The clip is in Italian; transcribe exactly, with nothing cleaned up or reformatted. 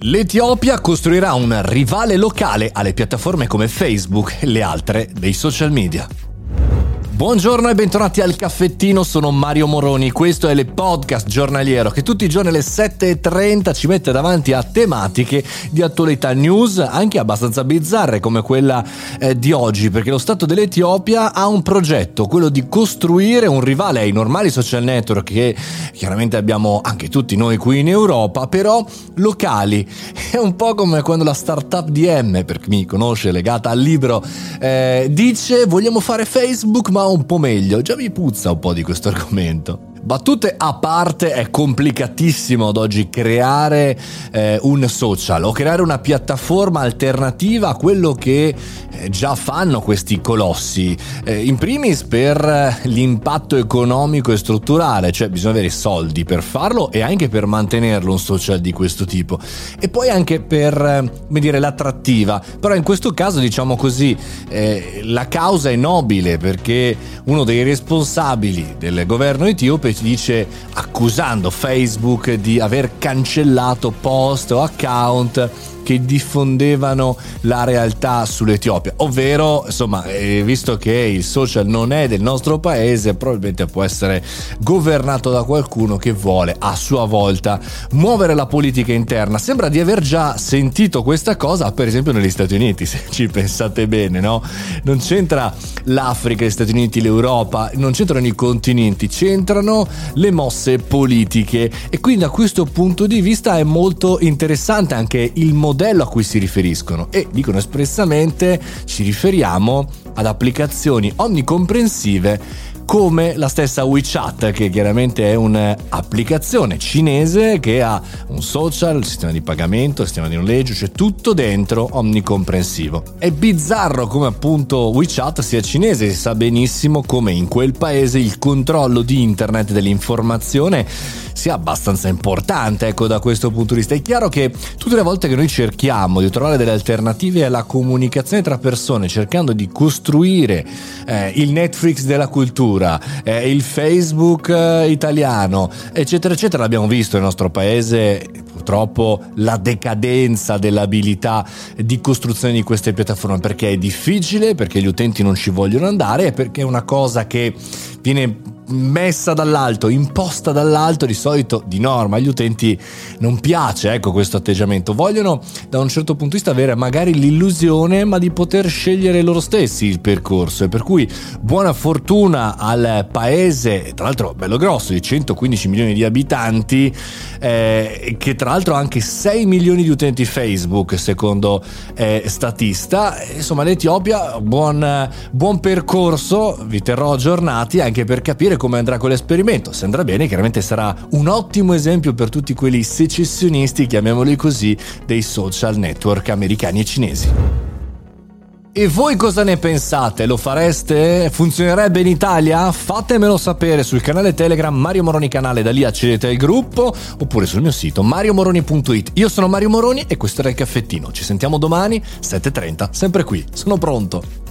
L'Etiopia costruirà un rivale locale alle piattaforme come Facebook e le altre dei social media. Buongiorno e bentornati al caffettino, sono Mario Moroni, questo è il podcast giornaliero che tutti i giorni alle sette e trenta ci mette davanti a tematiche di attualità news anche abbastanza bizzarre come quella eh, di oggi, perché lo Stato dell'Etiopia ha un progetto, quello di costruire un rivale ai normali social network che chiaramente abbiamo anche tutti noi qui in Europa, però locali. È un po' come quando la startup D M, per chi mi conosce, legata al libro, eh, dice vogliamo fare Facebook ma un po' meglio. Già mi puzza un po' di questo argomento. Battute a parte, è complicatissimo ad oggi creare eh, un social o creare una piattaforma alternativa a quello che eh, già fanno questi colossi, eh, in primis per l'impatto economico e strutturale, cioè bisogna avere soldi per farlo e anche per mantenerlo un social di questo tipo, e poi anche per, eh, come dire, l'attrattiva. Però in questo caso, diciamo così, eh, la causa è nobile, perché uno dei responsabili del governo etiope dice, accusando Facebook di aver cancellato post o account che diffondevano la realtà sull'Etiopia, ovvero, insomma, eh, visto che il social non è del nostro paese, probabilmente può essere governato da qualcuno che vuole a sua volta muovere la politica interna. Sembra di aver già sentito questa cosa, per esempio negli Stati Uniti, se ci pensate bene, no? Non c'entra l'Africa, gli Stati Uniti, l'Europa, non c'entrano i continenti, c'entrano le mosse politiche, e quindi da questo punto di vista è molto interessante anche il modello a cui si riferiscono, e dicono espressamente ci riferiamo ad applicazioni onnicomprensive come la stessa WeChat, che chiaramente è un'applicazione cinese che ha un social, il sistema di pagamento, il sistema di noleggio, c'è tutto dentro, onnicomprensivo. È bizzarro come appunto WeChat sia cinese, si sa benissimo come in quel paese il controllo di internet, dell'informazione, sia abbastanza importante, ecco, da questo punto di vista. È chiaro che tutte le volte che noi cerchiamo di trovare delle alternative alla comunicazione tra persone, cercando di costruire eh, il Netflix della cultura, Eh, il Facebook eh, italiano, eccetera eccetera, l'abbiamo visto nel nostro paese, purtroppo, la decadenza dell'abilità di costruzione di queste piattaforme, perché è difficile, perché gli utenti non ci vogliono andare, e perché è una cosa che viene messa dall'alto, imposta dall'alto, di solito di norma agli utenti non piace, ecco, questo atteggiamento. Vogliono da un certo punto di vista avere magari l'illusione ma di poter scegliere loro stessi il percorso, e per cui buona fortuna al paese, tra l'altro bello grosso, di centoquindici milioni di abitanti, eh, che tra l'altro ha anche sei milioni di utenti Facebook secondo eh, Statista. Insomma, l'Etiopia, buon, buon percorso, vi terrò aggiornati anche per capire come andrà con l'esperimento. Se andrà bene, chiaramente sarà un ottimo esempio per tutti quelli secessionisti, chiamiamoli così, dei social network americani e cinesi. E voi cosa ne pensate? Lo fareste? Funzionerebbe in Italia? Fatemelo sapere sul canale Telegram Mario Moroni Canale, da lì accedete al gruppo, oppure sul mio sito mario moroni punto it. Io sono Mario Moroni e questo era il caffettino. Ci sentiamo domani sette e trenta, sempre qui. Sono pronto.